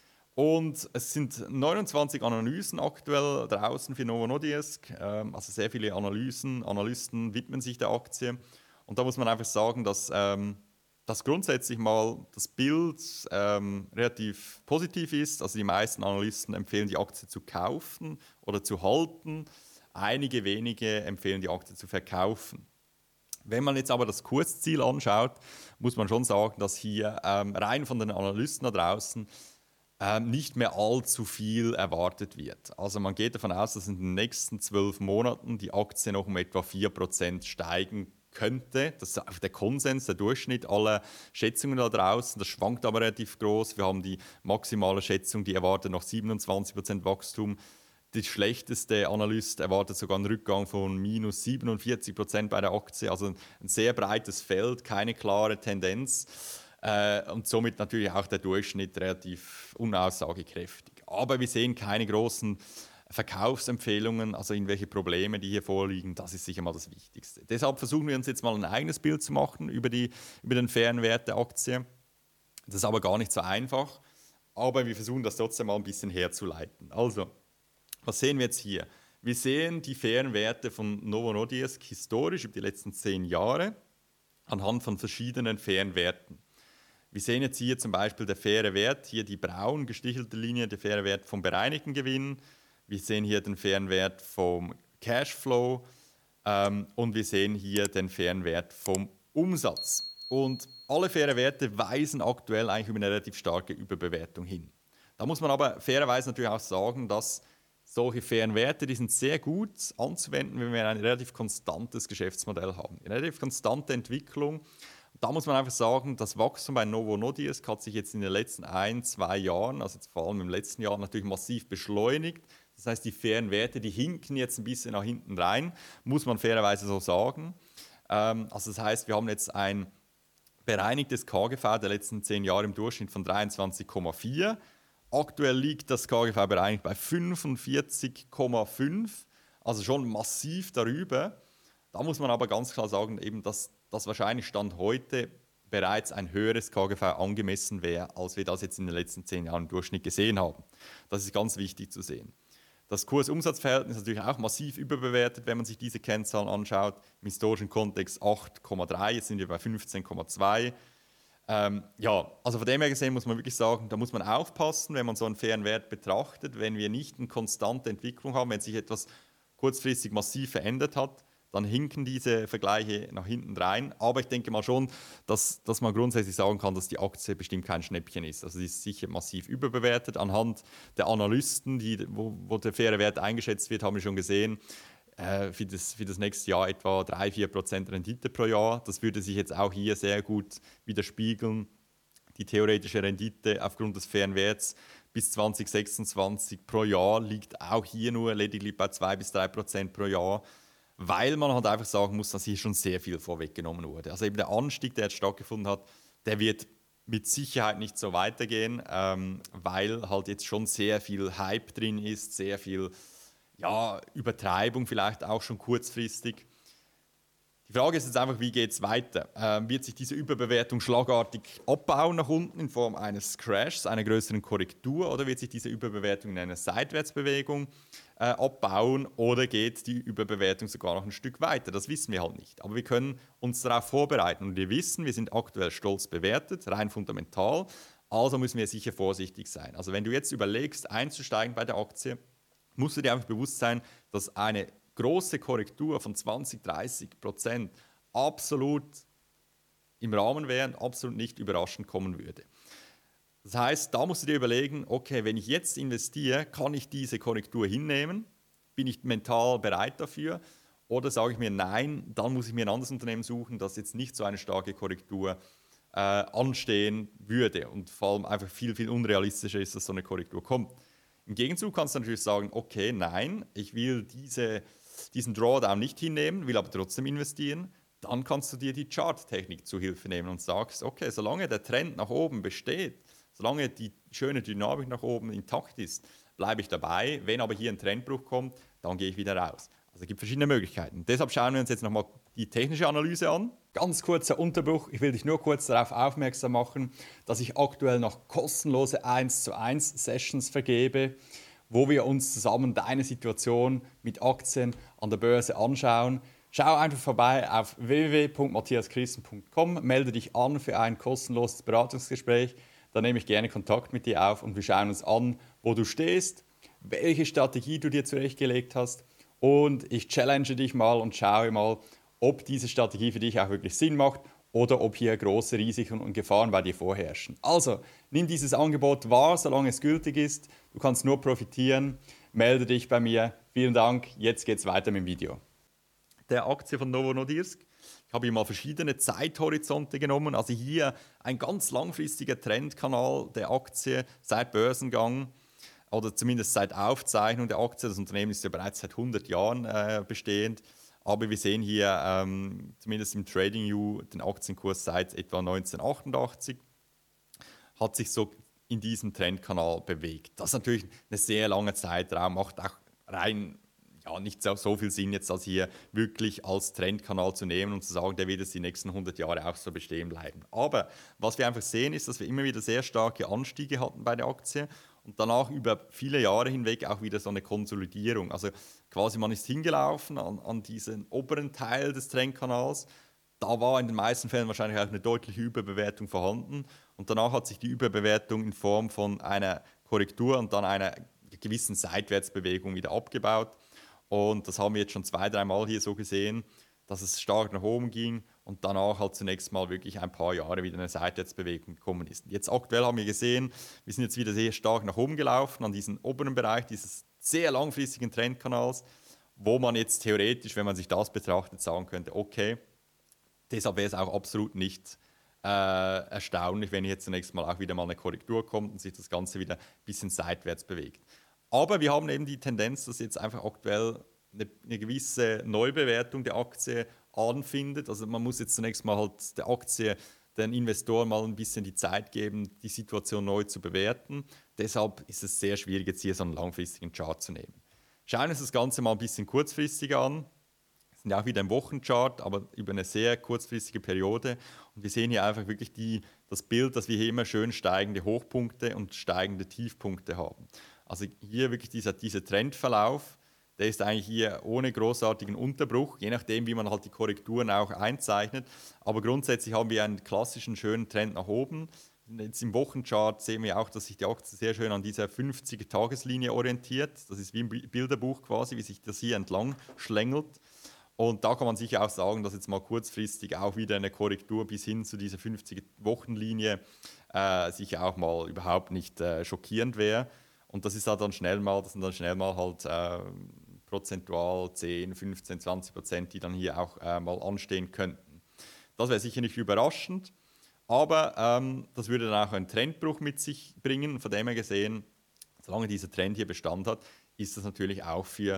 Und es sind neunundzwanzig Analysen aktuell draußen für Novo Nordisk. Also sehr viele Analysen, Analysten widmen sich der Aktie. Und da muss man einfach sagen, dass, ähm, dass grundsätzlich mal das Bild ähm, relativ positiv ist. Also die meisten Analysten empfehlen, die Aktie zu kaufen oder zu halten. Einige wenige empfehlen, die Aktie zu verkaufen. Wenn man jetzt aber das Kursziel anschaut, muss man schon sagen, dass hier ähm, rein von den Analysten da draußen ähm, nicht mehr allzu viel erwartet wird. Also man geht davon aus, dass in den nächsten zwölf Monaten die Aktie noch um etwa vier Prozent steigen könnte. Das ist auch der Konsens, der Durchschnitt aller Schätzungen da draußen. Das schwankt aber relativ groß. Wir haben die maximale Schätzung, die erwartet noch siebenundzwanzig Prozent Wachstum. Der schlechteste Analyst erwartet sogar einen Rückgang von minus siebenundvierzig Prozent bei der Aktie. Also ein sehr breites Feld, keine klare Tendenz. Äh, und somit natürlich auch der Durchschnitt relativ unaussagekräftig. Aber wir sehen keine großen Verkaufsempfehlungen, also irgendwelche Probleme, die hier vorliegen. Das ist sicher mal das Wichtigste. Deshalb versuchen wir uns jetzt mal ein eigenes Bild zu machen über, die, über den fairen Wert der Aktie. Das ist aber gar nicht so einfach. Aber wir versuchen das trotzdem mal ein bisschen herzuleiten. Also, was sehen wir jetzt hier? Wir sehen die fairen Werte von Novo Nordisk historisch über die letzten zehn Jahre anhand von verschiedenen fairen Werten. Wir sehen jetzt hier zum Beispiel der faire Wert, hier die braun gestichelte Linie, der faire Wert vom bereinigten Gewinn. Wir sehen hier den fairen Wert vom Cashflow ähm, und wir sehen hier den fairen Wert vom Umsatz. Und alle fairen Werte weisen aktuell eigentlich über eine relativ starke Überbewertung hin. Da muss man aber fairerweise natürlich auch sagen, dass solche fairen Werte, die sind sehr gut anzuwenden, wenn wir ein relativ konstantes Geschäftsmodell haben. Eine relativ konstante Entwicklung. Da muss man einfach sagen, das Wachstum bei Novo Nordisk hat sich jetzt in den letzten ein, zwei Jahren, also jetzt vor allem im letzten Jahr, natürlich massiv beschleunigt. Das heißt, die fairen Werte, die hinken jetzt ein bisschen nach hinten rein, muss man fairerweise so sagen. Ähm, also das heißt, wir haben jetzt ein bereinigtes K G V der letzten zehn Jahre im Durchschnitt von dreiundzwanzig Komma vier. Aktuell liegt das K G V bereinigt bei fünfundvierzig Komma fünf, also schon massiv darüber. Da muss man aber ganz klar sagen, eben, dass das wahrscheinlich Stand heute bereits ein höheres K G V angemessen wäre, als wir das jetzt in den letzten zehn Jahren im Durchschnitt gesehen haben. Das ist ganz wichtig zu sehen. Das Kurs-Umsatz-Verhältnis ist natürlich auch massiv überbewertet, wenn man sich diese Kennzahlen anschaut. Im historischen Kontext acht Komma drei, jetzt sind wir bei fünfzehn Komma zwei. Ähm, ja, also von dem her gesehen muss man wirklich sagen, da muss man aufpassen, wenn man so einen fairen Wert betrachtet. Wenn wir nicht eine konstante Entwicklung haben, wenn sich etwas kurzfristig massiv verändert hat, dann hinken diese Vergleiche nach hinten rein. Aber ich denke mal schon, dass, dass man grundsätzlich sagen kann, dass die Aktie bestimmt kein Schnäppchen ist. Also sie ist sicher massiv überbewertet. Anhand der Analysten, die, wo, wo der faire Wert eingeschätzt wird, haben wir schon gesehen, äh, für, das, für das nächste Jahr etwa drei bis vier Prozent Rendite pro Jahr. Das würde sich jetzt auch hier sehr gut widerspiegeln. Die theoretische Rendite aufgrund des fairen Werts bis zwanzig sechsundzwanzig pro Jahr liegt auch hier nur lediglich bei zwei bis drei Prozent pro Jahr. Weil man halt einfach sagen muss, dass hier schon sehr viel vorweggenommen wurde. Also eben der Anstieg, der jetzt stattgefunden hat, der wird mit Sicherheit nicht so weitergehen, ähm, weil halt jetzt schon sehr viel Hype drin ist, sehr viel ja, Übertreibung vielleicht auch schon kurzfristig. Die Frage ist jetzt einfach, wie geht es weiter? Ähm, wird sich diese Überbewertung schlagartig abbauen nach unten in Form eines Crashs, einer größeren Korrektur, oder wird sich diese Überbewertung in einer Seitwärtsbewegung äh, abbauen, oder geht die Überbewertung sogar noch ein Stück weiter? Das wissen wir halt nicht. Aber wir können uns darauf vorbereiten und wir wissen, wir sind aktuell stolz bewertet, rein fundamental, also müssen wir sicher vorsichtig sein. Also wenn du jetzt überlegst, einzusteigen bei der Aktie, musst du dir einfach bewusst sein, dass eine große Korrektur von zwanzig, dreißig Prozent absolut im Rahmen wäre und absolut nicht überraschend kommen würde. Das heißt, da musst du dir überlegen, okay, wenn ich jetzt investiere, kann ich diese Korrektur hinnehmen? Bin ich mental bereit dafür? Oder sage ich mir, nein, dann muss ich mir ein anderes Unternehmen suchen, das jetzt nicht so eine starke Korrektur äh, anstehen würde und vor allem einfach viel, viel unrealistischer ist, dass so eine Korrektur kommt. Im Gegenzug kannst du natürlich sagen, okay, nein, ich will diese diesen Drawdown nicht hinnehmen, will aber trotzdem investieren, dann kannst du dir die Charttechnik zu Hilfe nehmen und sagst, okay, solange der Trend nach oben besteht, solange die schöne Dynamik nach oben intakt ist, bleibe ich dabei. Wenn aber hier ein Trendbruch kommt, dann gehe ich wieder raus. Also es gibt verschiedene Möglichkeiten. Deshalb schauen wir uns jetzt nochmal die technische Analyse an. Ganz kurzer Unterbruch, ich will dich nur kurz darauf aufmerksam machen, dass ich aktuell noch kostenlose eins zu eins Sessions vergebe, wo wir uns zusammen deine Situation mit Aktien an der Börse anschauen. Schau einfach vorbei auf w w w punkt matthias christen punkt com, melde dich an für ein kostenloses Beratungsgespräch. Da nehme ich gerne Kontakt mit dir auf und wir schauen uns an, wo du stehst, welche Strategie du dir zurechtgelegt hast und ich challenge dich mal und schaue mal, ob diese Strategie für dich auch wirklich Sinn macht oder ob hier große Risiken und Gefahren bei dir vorherrschen. Also, nimm dieses Angebot wahr, solange es gültig ist. Du kannst nur profitieren. Melde dich bei mir. Vielen Dank. Jetzt geht es weiter mit dem Video. Der Aktie von Novo Nordisk. Ich habe hier mal verschiedene Zeithorizonte genommen. Also hier ein ganz langfristiger Trendkanal der Aktie seit Börsengang oder zumindest seit Aufzeichnung der Aktie. Das Unternehmen ist ja bereits seit hundert Jahren äh, bestehend. Aber wir sehen hier ähm, zumindest im TradingView den Aktienkurs seit etwa neunzehnhundertachtundachtzig, hat sich so in diesem Trendkanal bewegt. Das ist natürlich ein sehr langer Zeitraum, macht auch rein ja, nicht so, so viel Sinn, jetzt das hier wirklich als Trendkanal zu nehmen und zu sagen, der wird jetzt die nächsten hundert Jahre auch so bestehen bleiben. Aber was wir einfach sehen, ist, dass wir immer wieder sehr starke Anstiege hatten bei der Aktie und danach über viele Jahre hinweg auch wieder so eine Konsolidierung. Also quasi man ist hingelaufen an, an diesen oberen Teil des Trendkanals. Da war in den meisten Fällen wahrscheinlich auch eine deutliche Überbewertung vorhanden. Und danach hat sich die Überbewertung in Form von einer Korrektur und dann einer gewissen Seitwärtsbewegung wieder abgebaut. Und das haben wir jetzt schon zwei, dreimal hier so gesehen, dass es stark nach oben ging und danach halt zunächst mal wirklich ein paar Jahre wieder eine Seitwärtsbewegung gekommen ist. Jetzt aktuell haben wir gesehen, wir sind jetzt wieder sehr stark nach oben gelaufen an diesen oberen Bereich dieses sehr langfristigen Trendkanals, wo man jetzt theoretisch, wenn man sich das betrachtet, sagen könnte, okay, deshalb wäre es auch absolut nicht äh, erstaunlich, wenn jetzt zunächst mal auch wieder mal eine Korrektur kommt und sich das Ganze wieder ein bisschen seitwärts bewegt. Aber wir haben eben die Tendenz, dass jetzt einfach aktuell eine, eine gewisse Neubewertung der Aktie anfindet. Also man muss jetzt zunächst mal halt der Aktie, den Investoren mal ein bisschen die Zeit geben, die Situation neu zu bewerten. Deshalb ist es sehr schwierig, jetzt hier so einen langfristigen Chart zu nehmen. Schauen wir uns das Ganze mal ein bisschen kurzfristiger an. Wir sind auch wieder im Wochenchart, aber über eine sehr kurzfristige Periode. Und wir sehen hier einfach wirklich die, das Bild, dass wir hier immer schön steigende Hochpunkte und steigende Tiefpunkte haben. Also hier wirklich dieser, dieser Trendverlauf, der ist eigentlich hier ohne großartigen Unterbruch, je nachdem, wie man halt die Korrekturen auch einzeichnet. Aber grundsätzlich haben wir einen klassischen, schönen Trend nach oben. Jetzt im Wochenchart sehen wir auch, dass sich die Aktie sehr schön an dieser fünfziger-Tageslinie orientiert. Das ist wie im Bilderbuch quasi, wie sich das hier entlang schlängelt. Und da kann man sicher auch sagen, dass jetzt mal kurzfristig auch wieder eine Korrektur bis hin zu dieser fünfziger-Wochenlinie äh, sicher auch mal überhaupt nicht äh, schockierend wäre. Und das ist halt dann schnell mal, das sind dann schnell mal halt äh, prozentual zehn, fünfzehn, zwanzig Prozent, die dann hier auch äh, mal anstehen könnten. Das wäre sicher nicht überraschend, aber ähm, das würde dann auch einen Trendbruch mit sich bringen. Von dem her gesehen, solange dieser Trend hier Bestand hat, ist das natürlich auch für,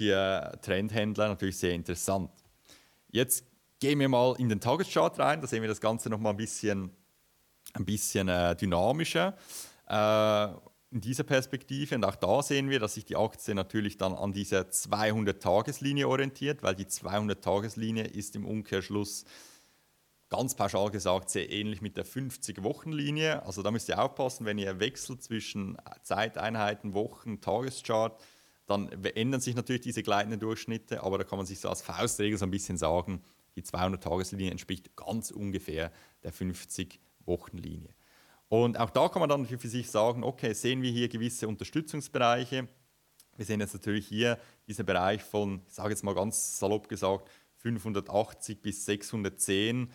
für Trendhändler natürlich sehr interessant. Jetzt gehen wir mal in den Tageschart rein, da sehen wir das Ganze nochmal ein bisschen, ein bisschen äh, dynamischer. Äh, in dieser Perspektive. Und auch da sehen wir, dass sich die Aktie natürlich dann an dieser zweihundert-Tageslinie orientiert, weil die zweihundert-Tageslinie ist im Umkehrschluss ganz pauschal gesagt sehr ähnlich mit der fünfzig-Wochen-Linie. Also da müsst ihr aufpassen, wenn ihr wechselt zwischen Zeiteinheiten, Wochen, Tageschart, dann ändern sich natürlich diese gleitenden Durchschnitte, aber da kann man sich so als Faustregel so ein bisschen sagen, die zweihundert-Tageslinie entspricht ganz ungefähr der fünfzig-Wochen-Linie. Und auch da kann man dann für sich sagen, okay, sehen wir hier gewisse Unterstützungsbereiche. Wir sehen jetzt natürlich hier diesen Bereich von, ich sage jetzt mal ganz salopp gesagt, fünfhundertachtzig bis sechshundertzehn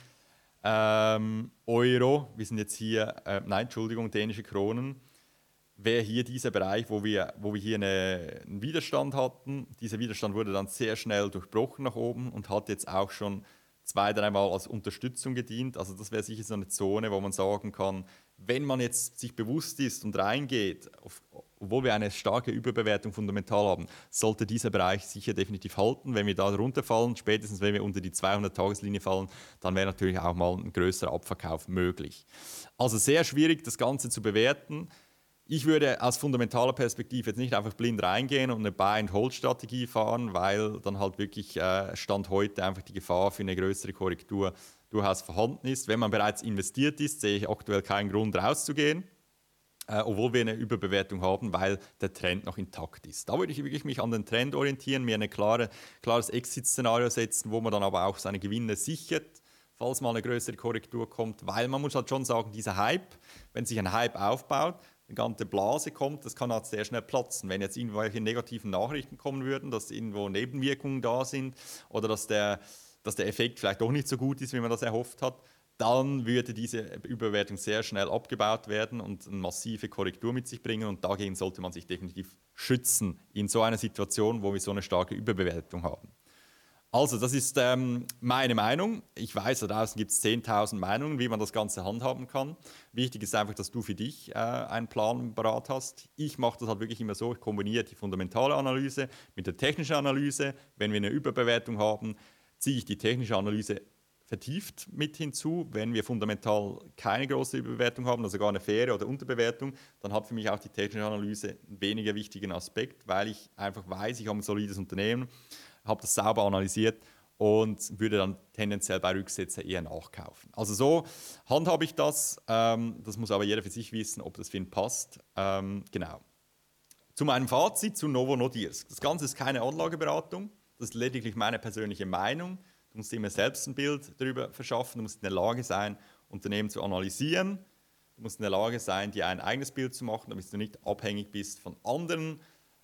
ähm, Euro. Wir sind jetzt hier, äh, nein, Entschuldigung, dänische Kronen. Wäre hier dieser Bereich, wo wir, wo wir hier eine, einen Widerstand hatten. Dieser Widerstand wurde dann sehr schnell durchbrochen nach oben und hat jetzt auch schon zwei, dreimal als Unterstützung gedient. Also das wäre sicher so eine Zone, wo man sagen kann, wenn man jetzt sich bewusst ist und reingeht, auf, obwohl wir eine starke Überbewertung fundamental haben, sollte dieser Bereich sicher definitiv halten. Wenn wir da runterfallen, spätestens wenn wir unter die zweihundert-Tageslinie fallen, dann wäre natürlich auch mal ein größerer Abverkauf möglich. Also sehr schwierig, das Ganze zu bewerten. Ich würde aus fundamentaler Perspektive jetzt nicht einfach blind reingehen und eine Buy-and-Hold-Strategie fahren, weil dann halt wirklich äh, Stand heute einfach die Gefahr für eine größere Korrektur durchaus vorhanden ist. Wenn man bereits investiert ist, sehe ich aktuell keinen Grund rauszugehen, äh, obwohl wir eine Überbewertung haben, weil der Trend noch intakt ist. Da würde ich wirklich mich an den Trend orientieren, mir ein klare, klares Exit-Szenario setzen, wo man dann aber auch seine Gewinne sichert, falls mal eine größere Korrektur kommt, weil man muss halt schon sagen, dieser Hype, wenn sich ein Hype aufbaut, eine ganze Blase kommt, das kann halt sehr schnell platzen. Wenn jetzt irgendwelche negativen Nachrichten kommen würden, dass irgendwo Nebenwirkungen da sind oder dass der, dass der Effekt vielleicht doch nicht so gut ist, wie man das erhofft hat, dann würde diese Überbewertung sehr schnell abgebaut werden und eine massive Korrektur mit sich bringen und dagegen sollte man sich definitiv schützen in so einer Situation, wo wir so eine starke Überbewertung haben. Also, das ist ähm, meine Meinung. Ich weiß, da draußen gibt es zehntausend Meinungen, wie man das Ganze handhaben kann. Wichtig ist einfach, dass du für dich äh, einen Plan parat hast. Ich mache das halt wirklich immer so, ich kombiniere die fundamentale Analyse mit der technischen Analyse. Wenn wir eine Überbewertung haben, ziehe ich die technische Analyse vertieft mit hinzu. Wenn wir fundamental keine große Überbewertung haben, also gar eine faire oder Unterbewertung, dann hat für mich auch die technische Analyse einen weniger wichtigen Aspekt, weil ich einfach weiß, ich habe ein solides Unternehmen, habe das sauber analysiert und würde dann tendenziell bei Rücksätzen eher nachkaufen. Also so handhabe ich das. Ähm, das muss aber jeder für sich wissen, ob das für ihn passt. Ähm, genau. Zu meinem Fazit zu Novo Nordisk. Das Ganze ist keine Anlageberatung. Das ist lediglich meine persönliche Meinung. Du musst immer selbst ein Bild darüber verschaffen. Du musst in der Lage sein, Unternehmen zu analysieren. Du musst in der Lage sein, dir ein eigenes Bild zu machen, damit du nicht abhängig bist von anderen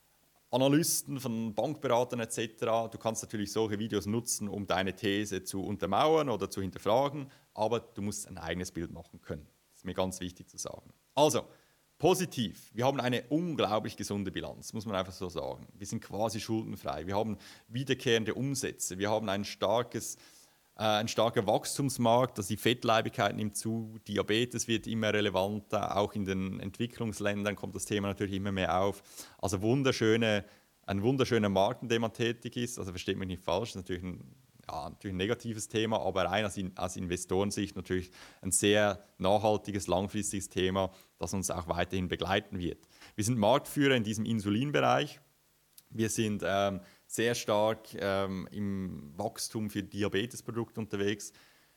Analysten, von Bankberatern et cetera. Du kannst natürlich solche Videos nutzen, um deine These zu untermauern oder zu hinterfragen, aber du musst ein eigenes Bild machen können. Das ist mir ganz wichtig zu sagen. Also, positiv. Wir haben eine unglaublich gesunde Bilanz, muss man einfach so sagen. Wir sind quasi schuldenfrei. Wir haben wiederkehrende Umsätze. Wir haben ein starkes ein starker Wachstumsmarkt, also die Fettleibigkeit nimmt zu, Diabetes wird immer relevanter, auch in den Entwicklungsländern kommt das Thema natürlich immer mehr auf. Also wunderschöne, ein wunderschöner Markt, in dem man tätig ist, also versteht mich nicht falsch, das ist natürlich ein, ja, natürlich ein negatives Thema, aber rein aus, aus Investorensicht natürlich ein sehr nachhaltiges, langfristiges Thema, das uns auch weiterhin begleiten wird. Wir sind Marktführer in diesem Insulinbereich, wir sind ähm, sehr stark ähm, im Wachstum für Diabetesprodukte unterwegs.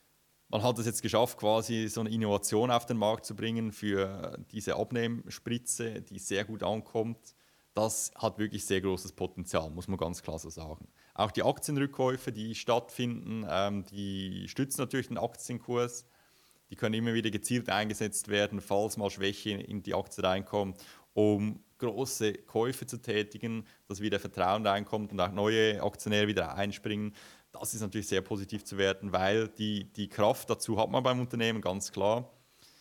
Man hat es jetzt geschafft, quasi so eine Innovation auf den Markt zu bringen für diese Abnehmspritze, die sehr gut ankommt. Das hat wirklich sehr großes Potenzial, muss man ganz klar so sagen. Auch die Aktienrückkäufe, die stattfinden, ähm, die stützen natürlich den Aktienkurs. Die können immer wieder gezielt eingesetzt werden, falls mal Schwäche in die Aktie reinkommt, um große Käufe zu tätigen, dass wieder Vertrauen reinkommt und auch neue Aktionäre wieder einspringen. Das ist natürlich sehr positiv zu werten, weil die, die Kraft dazu hat man beim Unternehmen, ganz klar.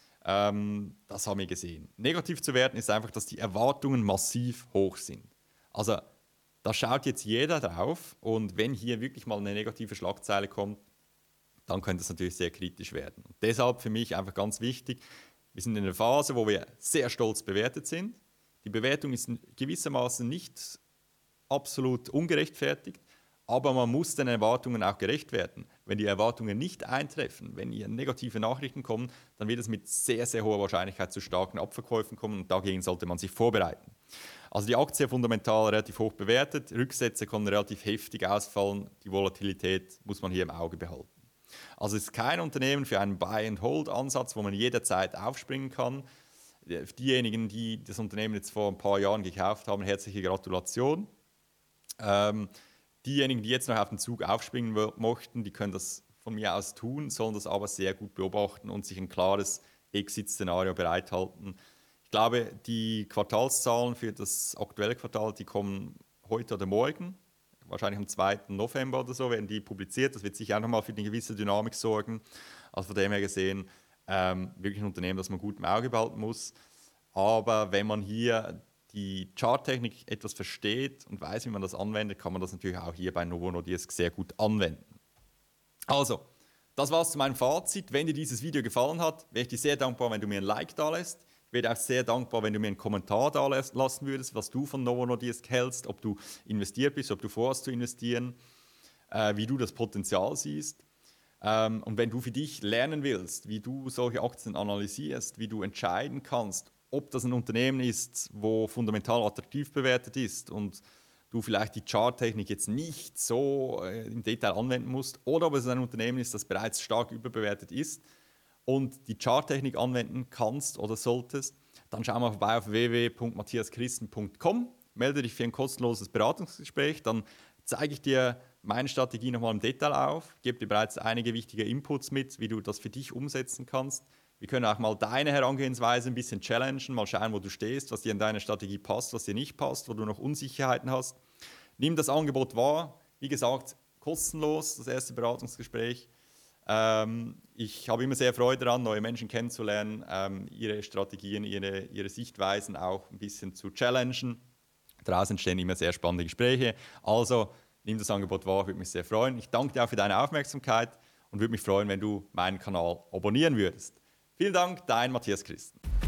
Ähm, das haben wir gesehen. Negativ zu werten ist einfach, dass die Erwartungen massiv hoch sind. Also da schaut jetzt jeder drauf und wenn hier wirklich mal eine negative Schlagzeile kommt, dann könnte es natürlich sehr kritisch werden. Und deshalb für mich einfach ganz wichtig, wir sind in einer Phase, wo wir sehr stolz bewertet sind. Die Bewertung ist gewissermaßen nicht absolut ungerechtfertigt, aber man muss den Erwartungen auch gerecht werden. wenn die Erwartungen nicht eintreffen, wenn hier negative Nachrichten kommen, dann wird es mit sehr, sehr hoher Wahrscheinlichkeit zu starken Abverkäufen kommen und dagegen sollte man sich vorbereiten. Also die Aktie fundamental relativ hoch bewertet, Rücksätze können relativ heftig ausfallen, die Volatilität muss man hier im Auge behalten. Also es ist kein Unternehmen für einen Buy-and-Hold-Ansatz, wo man jederzeit aufspringen kann. Diejenigen, die das Unternehmen jetzt vor ein paar Jahren gekauft haben, herzliche Gratulation. Ähm, diejenigen, die jetzt noch auf den Zug aufspringen möchten, die können das von mir aus tun, sollen das aber sehr gut beobachten und sich ein klares Exit-Szenario bereithalten. Ich glaube, die Quartalszahlen für das aktuelle Quartal, die kommen heute oder morgen. Wahrscheinlich am zweiten November oder so werden die publiziert. Das wird sicher auch nochmal für eine gewisse Dynamik sorgen. Also von dem her gesehen, ähm, wirklich ein Unternehmen, das man gut im Auge behalten muss. Aber wenn man hier die Charttechnik etwas versteht und weiß, wie man das anwendet, kann man das natürlich auch hier bei Novo Nordisk sehr gut anwenden. Also, das war es zu meinem Fazit. Wenn dir dieses Video gefallen hat, wäre ich dir sehr dankbar, wenn du mir ein Like da lässt. Ich wäre auch sehr dankbar, wenn du mir einen Kommentar da lassen würdest, was du von Novo Nordisk hältst, ob du investiert bist, ob du vorhast zu investieren, äh, wie du das Potenzial siehst. Ähm, und wenn du für dich lernen willst, wie du solche Aktien analysierst, wie du entscheiden kannst, ob das ein Unternehmen ist, wo fundamental attraktiv bewertet ist und du vielleicht die Charttechnik jetzt nicht so äh, im Detail anwenden musst, oder ob es ein Unternehmen ist, das bereits stark überbewertet ist und die Charttechnik anwenden kannst oder solltest, dann schau mal vorbei auf w w w punkt matthias christen punkt com, melde dich für ein kostenloses Beratungsgespräch, dann zeige ich dir meine Strategie nochmal im Detail auf, gebe dir bereits einige wichtige Inputs mit, wie du das für dich umsetzen kannst. Wir können auch mal deine Herangehensweise ein bisschen challengen, mal schauen, wo du stehst, was dir in deiner Strategie passt, was dir nicht passt, wo du noch Unsicherheiten hast. Nimm das Angebot wahr, wie gesagt, kostenlos, das erste Beratungsgespräch. Ähm, ich habe immer sehr Freude daran, neue Menschen kennenzulernen, ähm, ihre Strategien, ihre, ihre Sichtweisen auch ein bisschen zu challengen. Daraus entstehen immer sehr spannende Gespräche. Also nimm das Angebot wahr, würde mich sehr freuen. Ich danke dir auch für deine Aufmerksamkeit und würde mich freuen, wenn du meinen Kanal abonnieren würdest. Vielen Dank, dein Matthias Christen.